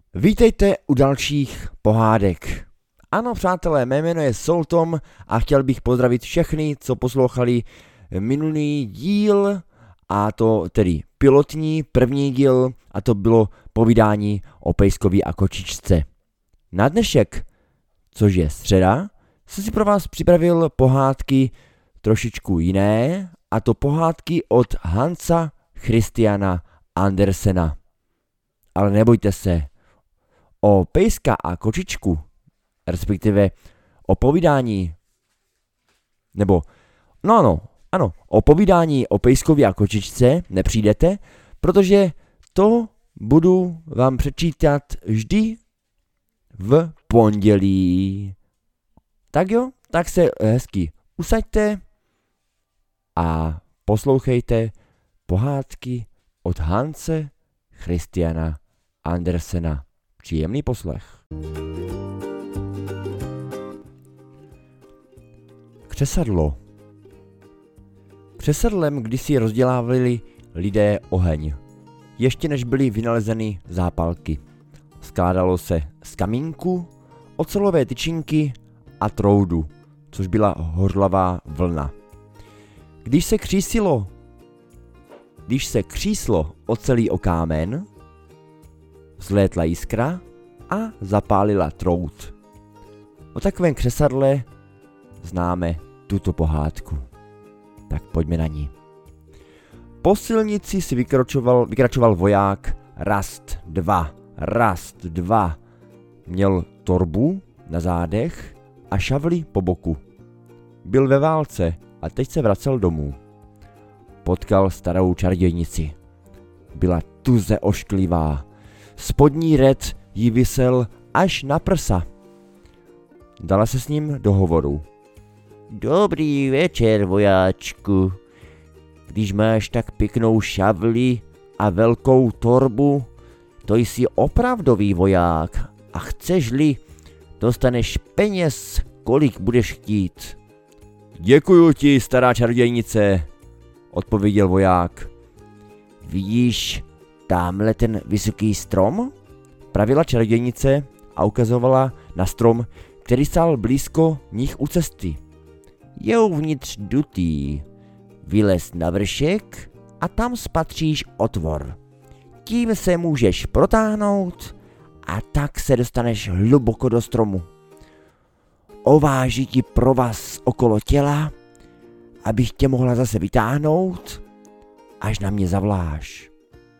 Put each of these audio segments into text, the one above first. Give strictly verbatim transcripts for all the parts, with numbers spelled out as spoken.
Vítejte u dalších pohádek. Ano, přátelé, mé jméno je Soltom a chtěl bych pozdravit všechny, co poslouchali minulý díl, a to tedy pilotní první díl, a to bylo povídání o pejskovi a kočičce. Na dnešek, což je středa, jsem si pro vás připravil pohádky trošičku jiné, a to pohádky od Hansa Christiana Andersena. Ale nebojte se, o pejska a kočičku, respektive o povídání, nebo, no ano, ano, o povídání o pejskovi a kočičce nepřijdete, protože to budu vám přečítat vždy v pondělí. Tak jo, tak se hezky usaďte a poslouchejte pohádky od Hanse Christiana Andersena. Příjemný poslech. Křesadlo. Křesadlem kdysi rozdělávali lidé oheň, ještě než byly vynalezeny zápalky. Skládalo se z kamínku, ocelové tyčinky a troudu, což byla hořlavá vlna. Když se křísilo, když se kříslo ocelí o kámen, vzlétla jiskra a zapálila trout. O takovém křesadle známe tuto pohádku. Tak pojďme na ní. Po silnici si vykračoval, vykračoval voják, rast dva, rast dva. Měl torbu na zádech a šavli po boku. Byl ve válce a teď se vracel domů. Potkal starou čarodějnici. Byla tuze ošklivá. Spodní red jí visel až na prsa. Dala se s ním do hovoru. Dobrý večer, vojáčku. Když máš tak pěknou šavli a velkou torbu, to jsi opravdový voják a chceš-li, dostaneš peněz, kolik budeš chtít. Děkuju ti, stará čarodějnice, odpověděl voják. Vidíš támhle ten vysoký strom? Pravila čarodějnice a ukazovala na strom, který stál blízko nich u cesty. Je uvnitř dutý. Vylez na vršek a tam spatříš otvor. Tím se můžeš protáhnout a tak se dostaneš hluboko do stromu. Ováží ti provaz okolo těla, abych tě mohla zase vytáhnout, až na mě zavláš.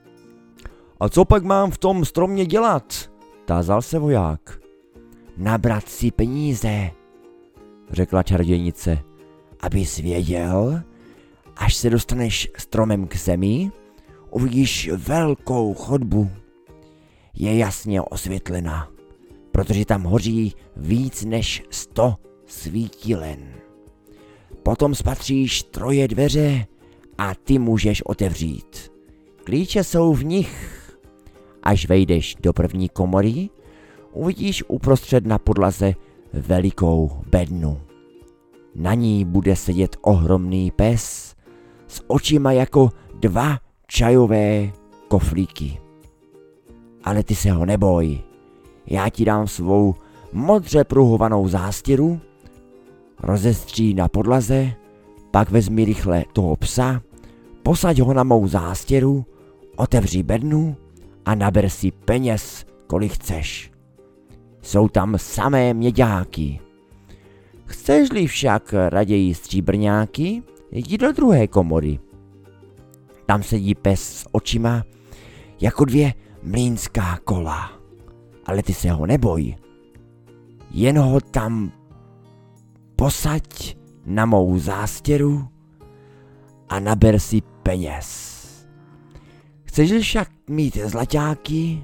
A co pak mám v tom stromě dělat? Tázal se voják. Nabrat si peníze, řekla čarodějnice, abys věděl, až se dostaneš stromem k zemi, uvidíš velkou chodbu. Je jasně osvětlena, protože tam hoří víc než sto svítilen. Potom spatříš troje dveře a ty můžeš otevřít. Klíče jsou v nich. Až vejdeš do první komory, uvidíš uprostřed na podlaze velikou bednu. Na ní bude sedět ohromný pes s očima jako dva čajové koflíky. Ale ty se ho neboj, já ti dám svou modře pruhovanou zástěru, rozestří na podlaze, pak vezmi rychle toho psa, posaď ho na mou zástěru, otevři bednu a naber si peněz, kolik chceš. Jsou tam samé měďáky. Chceš-li však raději stříbrňáky, jdi do druhé komory. Tam sedí pes s očima jako dvě mlýnská kola. Ale ty se ho neboj. Jen ho tam posaď na mou zástěru a naber si peněz. Chceš však mít zlaťáky,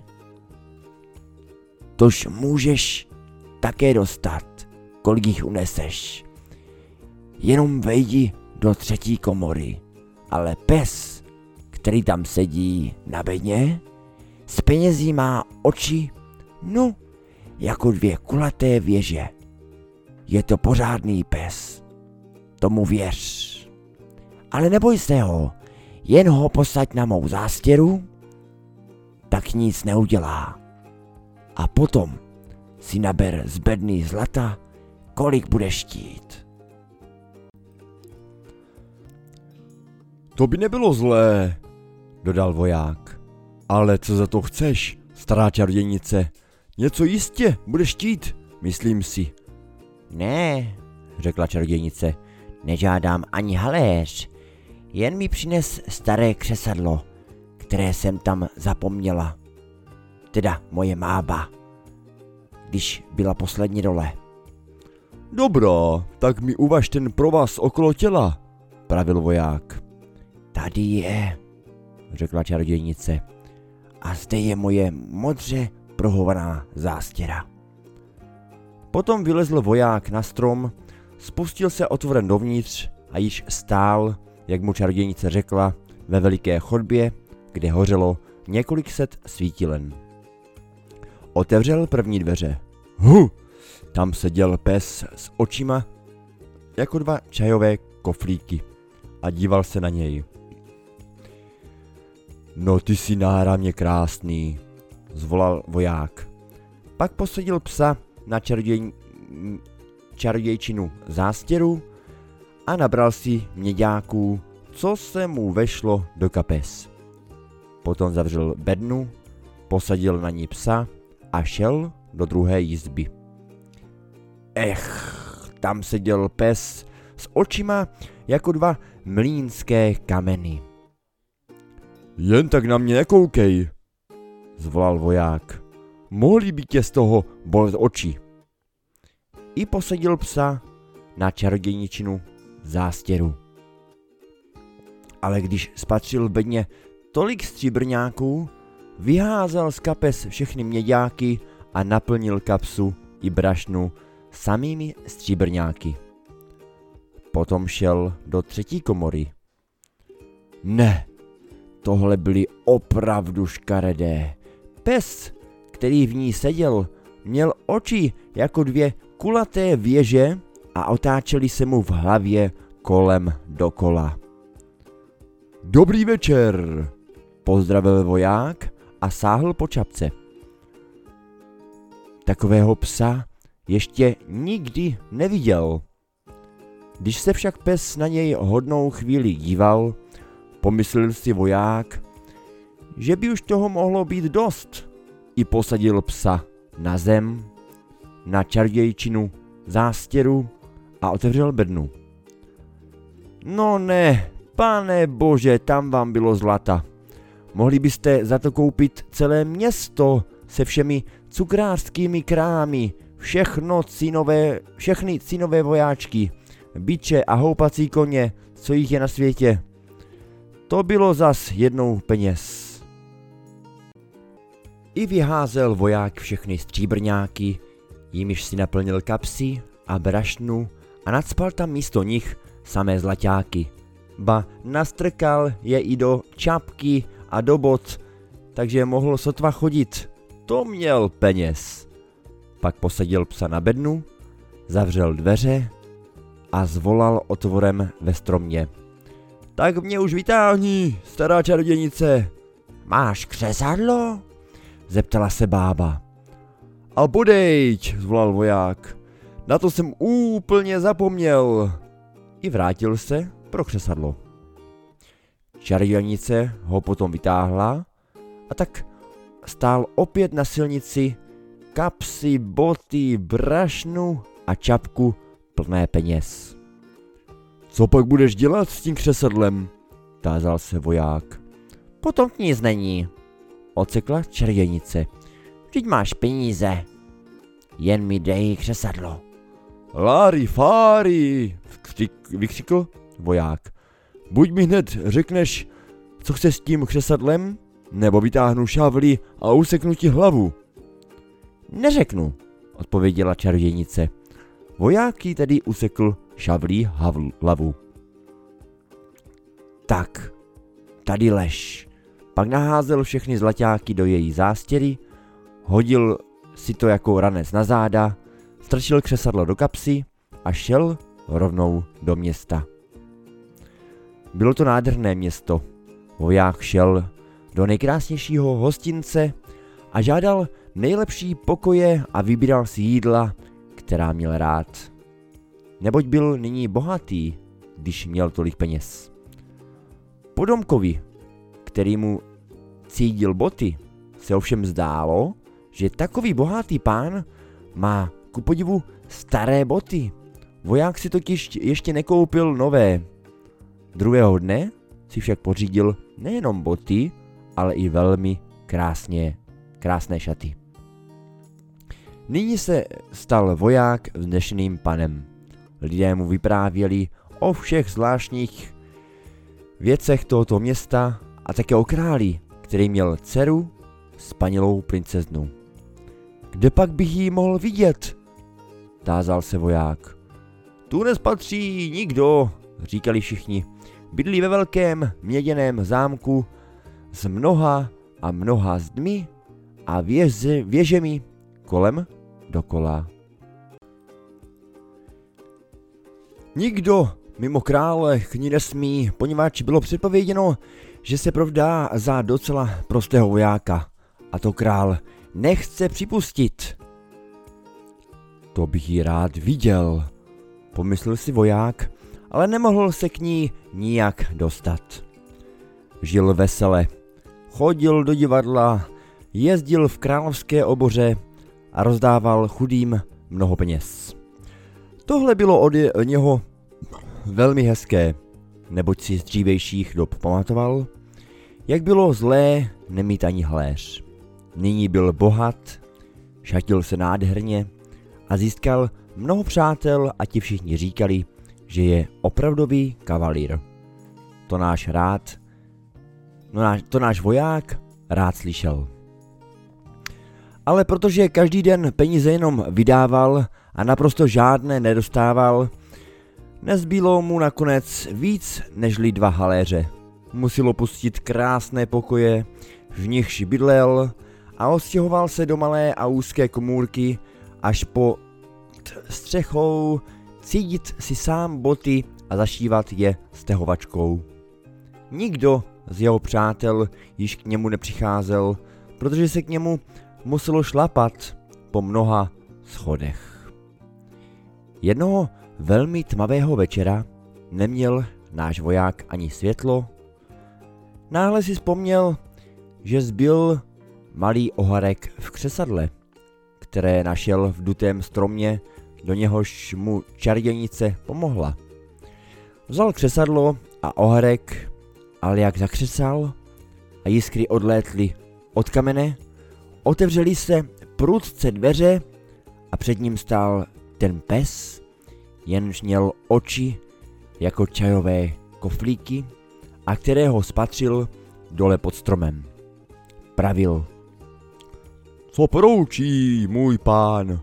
tož můžeš také dostat, kolik jich uneseš. Jenom vejdi do třetí komory, ale pes, který tam sedí na bedně, z penězí má oči, no, jako dvě kulaté věže. Je to pořádný pes, tomu věř. Ale neboj se ho, jen ho posaď na mou zástěru, tak nic neudělá. a potom si naber z bedny zlata, kolik budeš chtít. To by nebylo zlé, dodal voják. Ale co za to chceš, stará čarodějnice? Něco jistě budeš chtít, myslím si. Ne, řekla čarodějnice, nežádám ani haléř, jen mi přines staré křesadlo, které jsem tam zapomněla. Teda moje mába, když byla posledně dole. Dobrá, tak mi uvaž ten provaz okolo těla, pravil voják. Tady je, řekla čarodějnice, a zde je moje modře prohovaná zástěra. Potom vylezl voják na strom, spustil se otvorem dovnitř a již stál, jak mu čarodějnice řekla, ve veliké chodbě, kde hořelo několik set svítilen. Otevřel první dveře. Hu, tam seděl pes s očima jako dva čajové koflíky a díval se na něj. No ty jsi náramně krásný, zvolal voják. Pak posadil psa na čaroděj... čarodějčinu zástěru a nabral si měďáků, co se mu vešlo do kapes. Potom zavřel bednu, posadil na ní psa a šel do druhé jizby. Ech, tam seděl pes s očima jako dva mlýnské kameny. Jen tak na mě nekoukej, zvolal voják. Mohli by tě z toho bolet oči. I posadil psa na čarodějničinu zástěru. Ale když spatřil v bedně tolik stříbrňáků, vyházel z kapes všechny měďáky a naplnil kapsu i brašnu samými stříbrňáky. Potom šel do třetí komory. Ne, tohle byly opravdu škaredé. Pes, který v ní seděl, měl oči jako dvě kulaté věže a otáčely se mu v hlavě kolem dokola. Dobrý večer, pozdravil voják a sáhl po čapce. Takového psa ještě nikdy neviděl. Když se však pes na něj hodnou chvíli díval, pomyslel si voják, že by už toho mohlo být dost. I posadil psa na zem, na čarodějčinu zástěru a otevřel bednu. No ne, pane bože, tam vám bylo zlata. Mohli byste za to koupit celé město se všemi cukrářskými krámy, všechno cínové, všechny cínové vojáčky, biče a houpací koně, co jich je na světě. To bylo zas jednou peněz. I vyházel voják všechny stříbrňáky, jimiž si naplnil kapsy a brašnu a nacpal tam místo nich samé zlaťáky. Ba nastrkal je i do čapky a do bot, takže mohl sotva chodit. To měl peněz. Pak posadil psa na bednu, zavřel dveře a zvolal otvorem ve stromě. Tak mě už vytáhni, stará čarodějnice. Máš křesadlo? Zeptala se bába. A podejď, zvolal voják. Na to jsem úplně zapomněl. I vrátil se pro křesadlo. Čarodějnice ho potom vytáhla a tak stál opět na silnici, kapsy, boty, brašnu a čapku plné peněz. Co pak budeš dělat s tím křesadlem? Tázal se voják. Potom nic není, odsekla čarodějnice. Vždyť máš peníze. Jen mi dej křesadlo. Lári fári, vykřikl voják. Buď mi hned řekneš, co chceš s tím křesadlem, nebo vytáhnu šavli a useknu ti hlavu. Neřeknu, odpověděla čarodějnice. Voják jí tedy usekl šavlí hlavu. Tak, tady lež. Pak naházel všechny zlaťáky do její zástěry, hodil si to jako ranec na záda, strčil křesadlo do kapsy a šel rovnou do města. Bylo to nádherné město. Voják šel do nejkrásnějšího hostince a žádal nejlepší pokoje a vybíral si jídla, která měl rád. Neboť byl nyní bohatý, když měl tolik peněz. Podomkovi, který mu cídil boty, se ovšem zdálo, že takový bohatý pán má ku podivu staré boty. Voják si totiž ještě nekoupil nové. Druhého dne si však pořídil nejenom boty, ale i velmi krásně, krásné šaty. Nyní se stal voják vznešeným panem. Lidé mu vyprávěli o všech zvláštních věcech tohoto města a také o králi, který měl dceru, spanilou princeznu. Kde pak bych ji mohl vidět? Tázal se voják. Tu nespatří nikdo, říkali všichni. Bydlí ve velkém měděném zámku s mnoha a mnoha zdmi a věže, věžemi kolem dokola. Nikdo mimo krále k ní nesmí, poněvadž bylo předpověděno, že se provdá za docela prostého vojáka. A to král nechce připustit. To bych ji rád viděl, pomyslel si voják, ale nemohl se k ní nijak dostat. Žil vesele, chodil do divadla, jezdil v královské oboře a rozdával chudým mnoho peněz. Tohle bylo od něho velmi hezké, neboť si z dřívejších dob pamatoval, jak bylo zlé nemít ani haléř. Nyní byl bohat, šatil se nádherně a získal mnoho přátel a ti všichni říkali, že je opravdový kavalír. To náš rád, no náš, to náš voják rád slyšel. Ale protože každý den peníze jenom vydával a naprosto žádné nedostával, nezbylo mu nakonec víc nežli dva haléře. Musel opustit krásné pokoje, v nichž bydlel, a odstěhoval se do malé a úzké komůrky, až po střechou cítit si sám boty a zašívat je stehovačkou. Nikdo z jeho přátel již k němu nepřicházel, protože se k němu muselo šlapat po mnoha schodech. Jednoho velmi tmavého večera neměl náš voják ani světlo. Náhle si vzpomněl, že zbyl malý oharek v křesadle, které našel v dutém stromě, do něhož mu čarodějnice pomohla. Vzal křesadlo a oharek, ale jak zakřesal a jiskry odlétly od kamene, otevřely se prudce dveře a před ním stál ten pes, jenž měl oči jako čajové koflíky a kterého spatřil dole pod stromem. Pravil: Co poroučí, můj pán?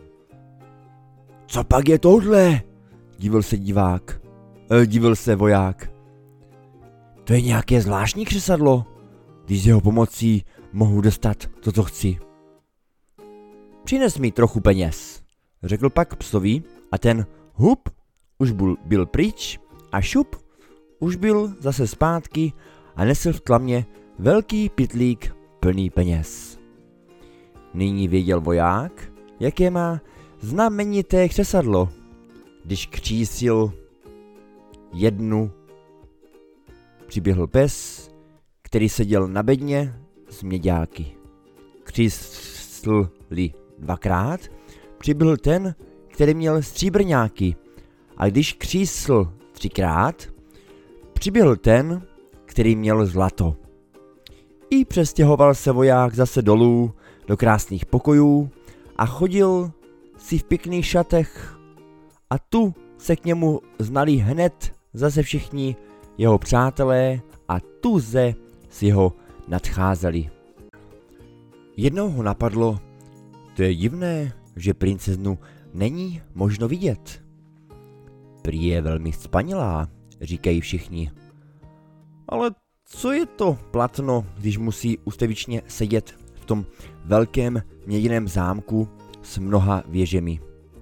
Co pak je tohle? Divil se divák. E, divil se voják. To je nějaké zvláštní křesadlo, když s jeho pomocí mohu dostat to, co chci. Přines mi trochu peněz, řekl pak psovi, a ten hup už byl, byl pryč a šup už byl zase zpátky a nesl v tlamě velký pytlík plný peněz. Nyní věděl voják, jaké má znamenité křesadlo, když křísil jednu, přiběhl pes, který seděl na bedně s měďáky. Křísl-li dvakrát, přibyl ten, který měl stříbrňáky, a když křísl třikrát, přiběhl ten, který měl zlato. I přestěhoval se voják zase dolů do krásných pokojů a chodil si v pěkných šatech, a tu se k němu znali hned zase všichni jeho přátelé a tuze si ho nadcházeli. Jednou ho napadlo: to je divné, že princeznu není možno vidět. Prý je velmi spanilá, říkají všichni. Ale co je to platno, když musí ustavičně sedět v tom velkém měděném zámku s mnoha věžemi?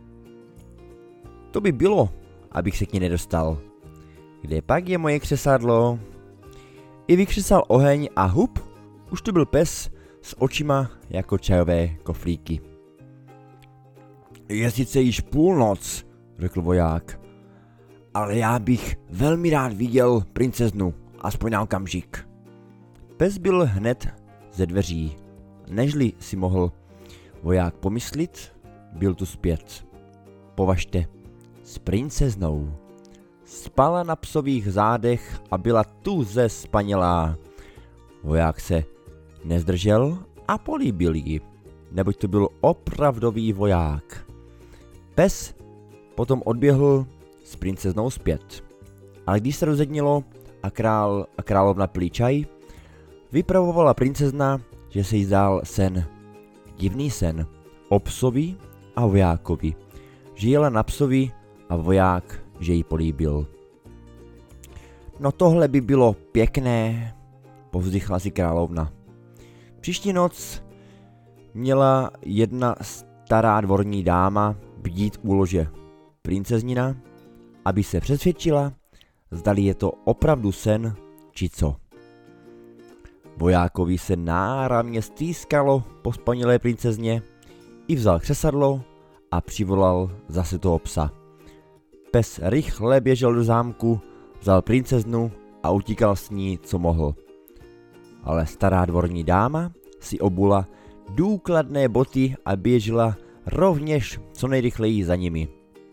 To by bylo, abych se k ní nedostal. Kde pak je moje křesadlo? I vykřesal oheň a hup, už to byl pes s očima jako čajové koflíky. Je sice již půlnoc, řekl voják, ale já bych velmi rád viděl princeznu, aspoň na okamžik. Pes byl hned ze dveří. Nežli si mohl voják pomyslit, byl tu zpět. Považte, s princeznou. Spala na psových zádech a byla tuze spanělá. Voják se nezdržel a políbil ji, neboť to byl opravdový voják. Pes potom odběhl s princeznou zpět. Ale když se rozednilo a král a královna pili čaj, vypravovala princezna, že se jí zdál sen. Divný sen o psovi a vojákovi. Že jela na psovi a voják, že ji políbil. No tohle by bylo pěkné, povzdychla si královna. Příští noc měla jedna stará dvorní dáma bdít u lože princeznina, aby se přesvědčila, zdali je to opravdu sen, či co. Vojákovi se náramně stýskalo po spanělé princezně, i vzal křesadlo a přivolal zase toho psa. Pes rychle běžel do zámku, vzal princeznu a utíkal s ní, co mohl. Ale stará dvorní dáma si obula důkladné boty a běžela rovněž co nejrychleji za nimi.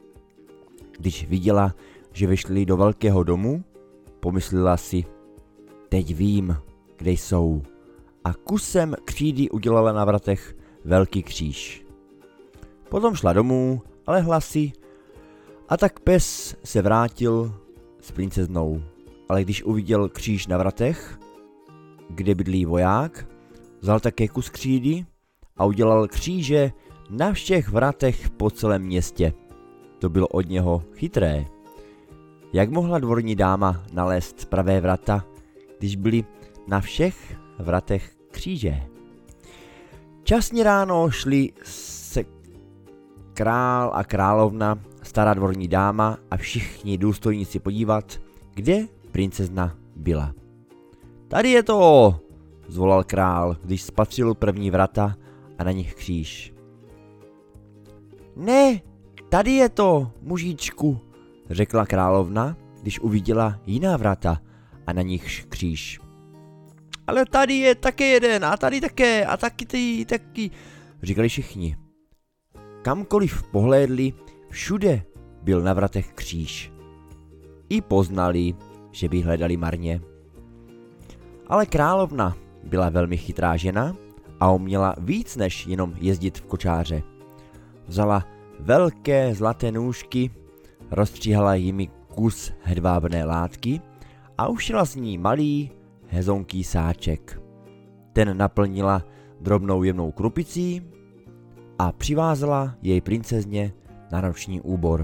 Když viděla, že vyšli do velkého domu, pomyslela si, teď vím, kde jsou, a kusem křídy udělala na vratech velký kříž. Potom šla domů a lehla si, a tak pes se vrátil s princeznou, ale když uviděl kříž na vratech, kde bydlí voják, vzal také kus křídy a udělal kříže na všech vratech po celém městě. To bylo od něho chytré. Jak mohla dvorní dáma nalézt pravé vrata, když byly na všech vratech kříže? Časně ráno šli se král a královna, stará dvorní dáma a všichni důstojníci podívat, kde princezna byla. Tady je to, zvolal král, když spatřil první vrata a na nich kříž. Ne, tady je to, mužičku, řekla královna, když uviděla jiná vrata a na nich kříž. Ale tady je také jeden a tady také a taky ty, taky, říkali všichni. Kamkoliv pohlédli, všude byl na vratech kříž. I poznali, že by hledali marně. Ale královna byla velmi chytrá žena a uměla víc než jenom jezdit v kočáře. Vzala velké zlaté nůžky, rozstříhala jimi kus hedvábné látky a ušila z ní malý hezonký sáček. Ten naplnila drobnou jemnou krupicí a přivázala jej princezně na noční úbor.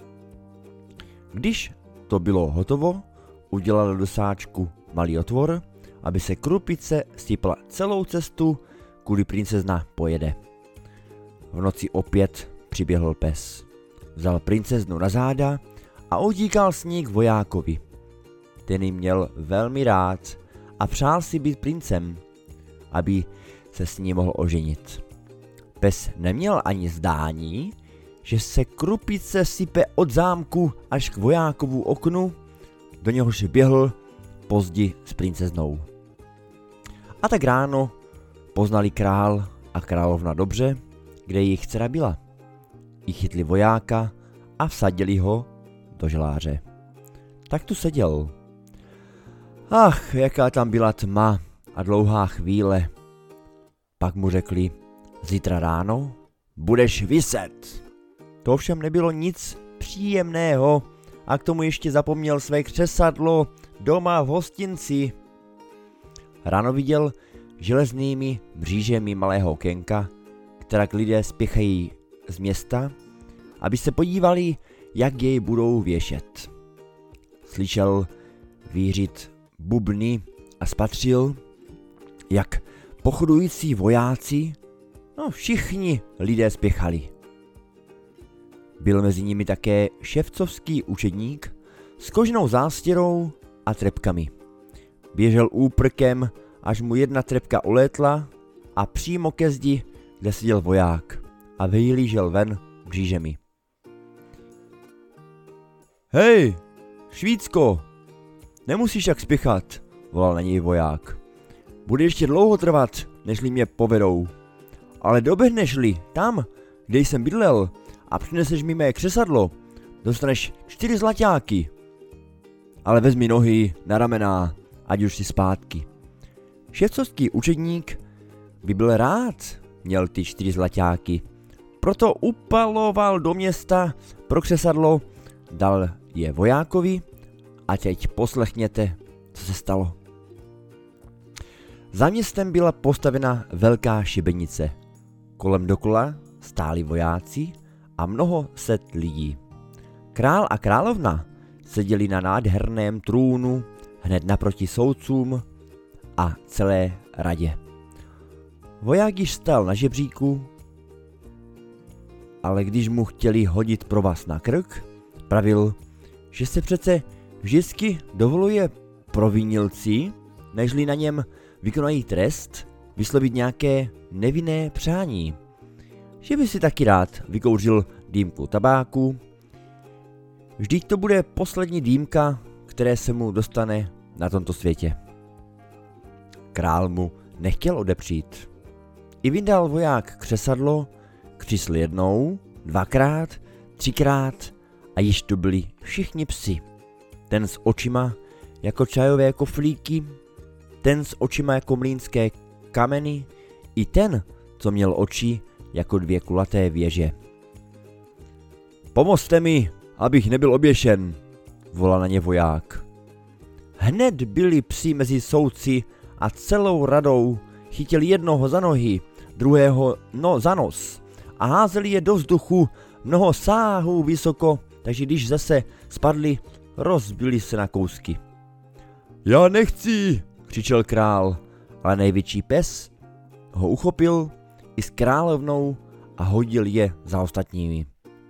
Když to bylo hotovo, udělala do sáčku malý otvor, aby se krupice sypala celou cestu, kudy princezna pojede. V noci opět přiběhl pes. Vzal princeznu na záda a utíkal s ní k vojákovi. Ten ji měl velmi rád a přál si být princem, aby se s ní mohl oženit. Pes neměl ani zdání, že se krupice sype od zámku až k vojákovu oknu, do něhož běhl pozdi s princeznou. A tak ráno poznali král a královna dobře, kde jejich dcera byla. I chytli vojáka a vsadili ho do želáře. Tak tu seděl. Ach, jaká tam byla tma a dlouhá chvíle. Pak mu řekli, zítra ráno budeš viset. To ovšem nebylo nic příjemného a k tomu ještě zapomněl své křesadlo doma v hostinci. Ráno viděl železnými mřížemi malého okénka, kterak lidé spěchají z města, aby se podívali, jak jej budou věšet. Slyšel vířit bubny a spatřil, jak pochodující vojáci, no všichni lidé spěchali. Byl mezi nimi také ševcovský učedník s kožnou zástěrou a trepkami. Běžel úprkem, až mu jedna trepka ulétla a přímo ke zdi, kde seděl voják a vyhlížel ven mřížemi. Hej, Švýcko, nemusíš tak spěchat, volal na něj voják. Bude ještě dlouho trvat, nežli mě povedou. Ale doběhneš-li tam, kde jsem bydlel, a přineseš mi mé křesadlo, dostaneš čtyři zlaťáky. Ale vezmi nohy na ramena, ať už si zpátky. Ševcovský učedník by byl rád měl ty čtyři zlaťáky, proto upaloval do města pro křesadlo, dal je vojákovi a teď poslechněte, co se stalo. Za městem byla postavena velká šibenice. Kolem dokola stáli vojáci a mnoho set lidí. Král a královna seděli na nádherném trůnu hned naproti soudcům a celé radě. Voják již stál na žebříku, ale když mu chtěli hodit provaz na krk, pravil, že se přece vždycky dovoluje provinilci, nežli na něm vykonají trest, vyslovit nějaké nevinné přání. Že by si taky rád vykouřil dýmku tabáku. Vždyť to bude poslední dýmka, které se mu dostane na tomto světě. Král mu nechtěl odepřít. I vydal voják křesadlo, křisl jednou, dvakrát, třikrát a již tu byli všichni psi. Ten s očima jako čajové koflíky, ten s očima jako mlýnské kameny, i ten, co měl oči jako dvě kulaté věže. Pomozte mi, abych nebyl oběšen, volal na ně voják. Hned byli psi mezi soudci a celou radou chytili jednoho za nohy, druhého no za nos a házeli je do vzduchu mnoho sáhů vysoko, takže když zase spadli, rozbili se na kousky. Já nechci, křičel král, ale největší pes ho uchopil i s královnou a hodil je za ostatními.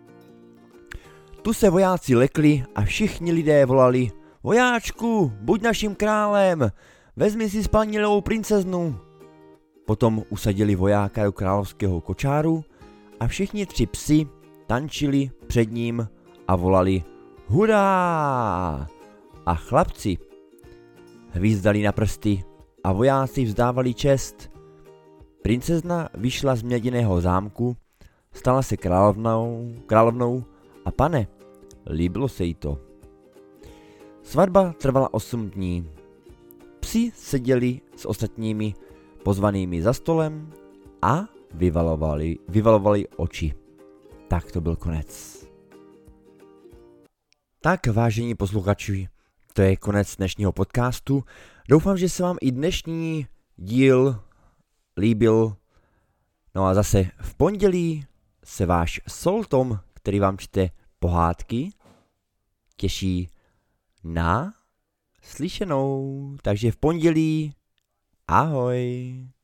Tu se vojáci lekli a všichni lidé volali: Vojáčku, buď naším králem, vezmi si spanilou princeznu. Potom usadili vojáka do královského kočáru a všichni tři psi tančili před ním a volali: Hurá! A chlapci hvízdali na prsty a vojáci vzdávali čest. Princezna vyšla z měděného zámku, stala se královnou, královnou a pane, líbilo se jí to. Svatba trvala osm dní. Psi seděli s ostatními pozvanými za stolem a vyvalovali, vyvalovali oči. Tak to byl konec. Tak, vážení posluchači, to je konec dnešního podcastu. Doufám, že se vám i dnešní díl líbil. No a zase v pondělí se váš Soltom, který vám čte pohádky, těší na slyšenou. Takže v pondělí ahoj.